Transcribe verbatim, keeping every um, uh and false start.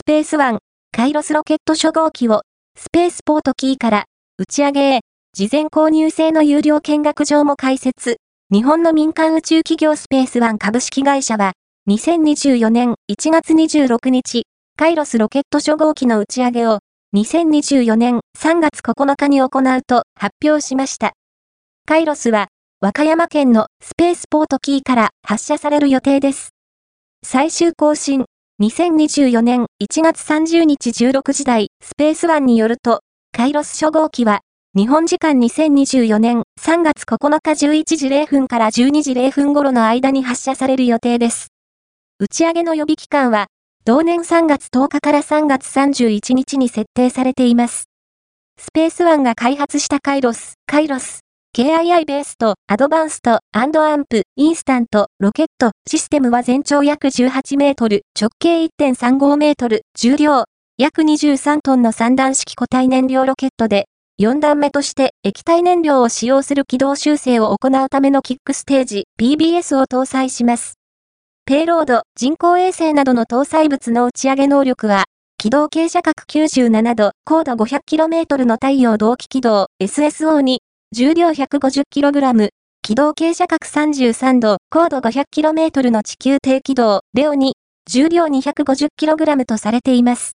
ペースワン、カイロスロケット初号機を、スペースポートキーから、打ち上げへ、事前購入制の有料見学場も開設。日本の民間宇宙企業スペースワン株式会社は、にせんにじゅうよねんいちがつにじゅうろくにち、カイロスロケット初号機の打ち上げを、にせんにじゅうよねんさんがつここのかに行うと発表しました。カイロスは、和歌山県のスペースポートキーから発射される予定です。最終更新、にせんにじゅうよねんいちがつさんじゅうにちじゅうろくじ台、スペースワンによると、カイロス初号機は、日本時間にせんにじゅうよねんさんがつここのかじゅういちじれいふんからじゅうにじれいふん頃の間に発射される予定です。打ち上げの予備期間は、同年さんがつとおかからさんがつさんじゅういちにちに設定されています。スペースワンが開発したカイロス、カイロス、ケーアイアイ ベースト、アドバンスト、アンドアンプ、インスタント、ロケット、システムは全長約じゅうはちメートル、直径 いってんさんごメートル、重量、約にじゅうさんトンのさんだん式固体燃料ロケットで、よんだんめとして液体燃料を使用する軌道修正を行うためのキックステージ、ピービーエス を搭載します。ペイロード、人工衛星などの搭載物の打ち上げ能力は、軌道傾斜角きゅうじゅうななど、高度 ごひゃくキロメートル の太陽同期軌道 エスエスオー に、重量 ひゃくごじゅっキログラム、軌道傾斜角さんじゅうさんど、高度 ごひゃくキロメートル の地球低軌道レオに、重量 にひゃくごじゅっキログラム とされています。